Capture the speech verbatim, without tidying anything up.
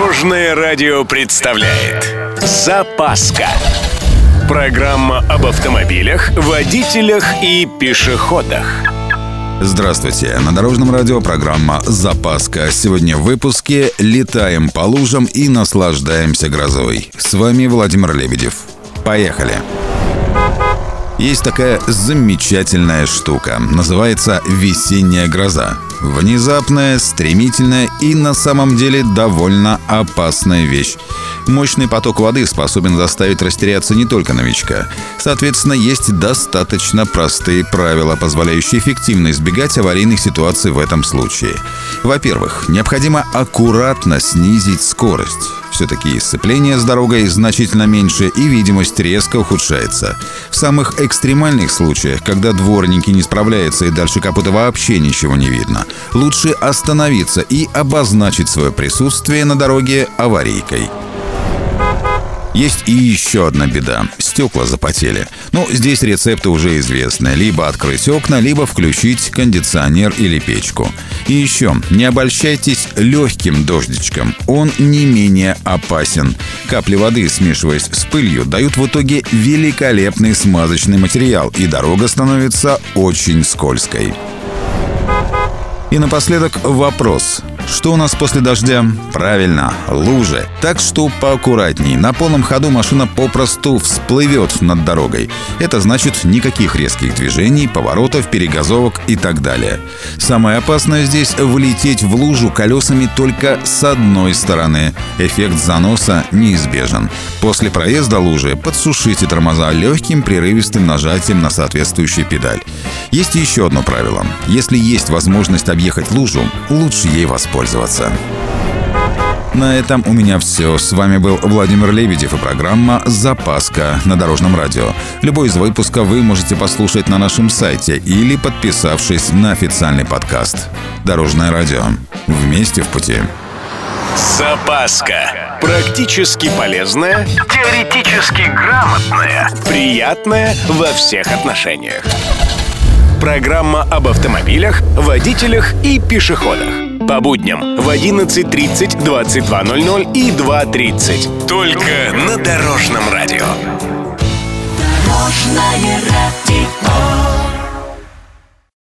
Дорожное радио представляет «Запаска». Программа об автомобилях, водителях и пешеходах. Здравствуйте! На Дорожном радио программа «Запаска». Сегодня в выпуске «Летаем по лужам и наслаждаемся грозой». С вами Владимир Лебедев. Поехали! Есть такая замечательная штука. Называется весенняя гроза. Внезапная, стремительная и на самом деле довольно опасная вещь. Мощный поток воды способен заставить растеряться не только новичка. Соответственно, есть достаточно простые правила, позволяющие эффективно избегать аварийных ситуаций в этом случае. Во-первых, необходимо аккуратно снизить скорость. Все-таки сцепление с дорогой значительно меньше и видимость резко ухудшается. В самых экстремальных случаях, когда дворники не справляются и дальше капота вообще ничего не видно, лучше остановиться и обозначить свое присутствие на дороге аварийкой. Есть и еще одна беда. Стекла запотели. Ну, здесь рецепты уже известны. Либо открыть окна, либо включить кондиционер или печку. И еще, не обольщайтесь легким дождичком. Он не менее опасен. Капли воды, смешиваясь с пылью, дают в итоге великолепный смазочный материал, и дорога становится очень скользкой. И напоследок вопрос. Что у нас после дождя? Правильно, лужи. Так что поаккуратней. На полном ходу машина попросту всплывет над дорогой. Это значит никаких резких движений, поворотов, перегазовок и так далее. Самое опасное здесь — влететь в лужу колесами только с одной стороны. Эффект заноса неизбежен. После проезда лужи подсушите тормоза легким прерывистым нажатием на соответствующую педаль. Есть еще одно правило. Если есть возможность объехать лужу, лучше ей воспользоваться. Пользоваться. На этом у меня все. С вами был Владимир Лебедев и программа «Запаска» на Дорожном радио. Любой из выпусков вы можете послушать на нашем сайте или подписавшись на официальный подкаст. Дорожное радио. Вместе в пути. Запаска. Практически полезная, теоретически грамотная, приятная во всех отношениях. Программа об автомобилях, водителях и пешеходах. По будням в одиннадцать тридцать, двадцать два ноль ноль и два тридцать. Только на Дорожном радио. Дорожное радио.